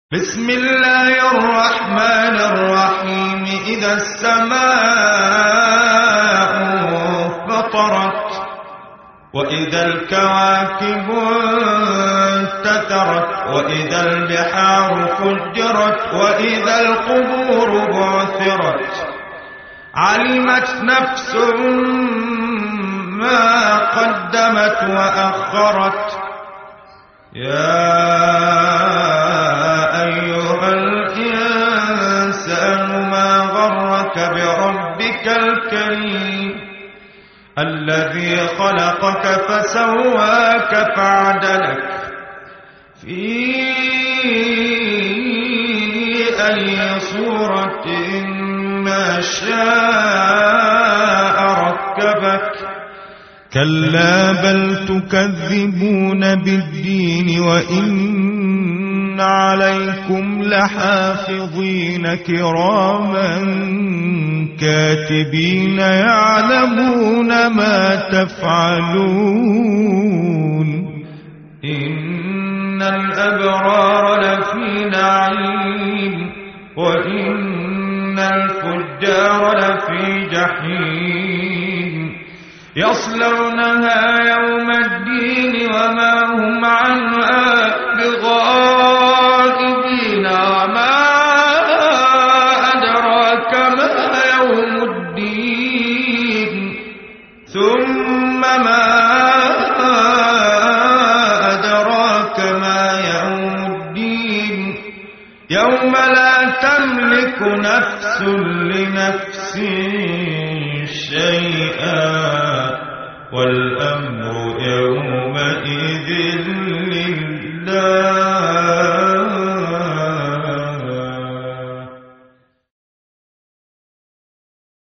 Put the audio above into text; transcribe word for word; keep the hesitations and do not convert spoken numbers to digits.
بسم الله الرحمن الرحيم. إذا السماء فطرت وإذا الكواكب انتثرت وإذا البحار فجرت وإذا القبور بعثرت علمت نفس ما قدمت وأخرت. يا أيها الإنسان ما غرك بربك الكريم الذي خلقك فسواك فعدلك في أي صورة ما شاء ركبك. كلا بل تكذبون بالدين وإن عليكم لحافظين كراما كاتبين يعلمون ما تفعلون. إن الأبرار لفي نعيم وإن الفجار لفي جحيم يصلونها يوم الدين وما هم عنها بغائبين. وما أدراك ما يوم الدين ثم ما أدراك ما يوم الدين يوم لا تملك نفس لنفس شيئا والأمر يومئذ لله.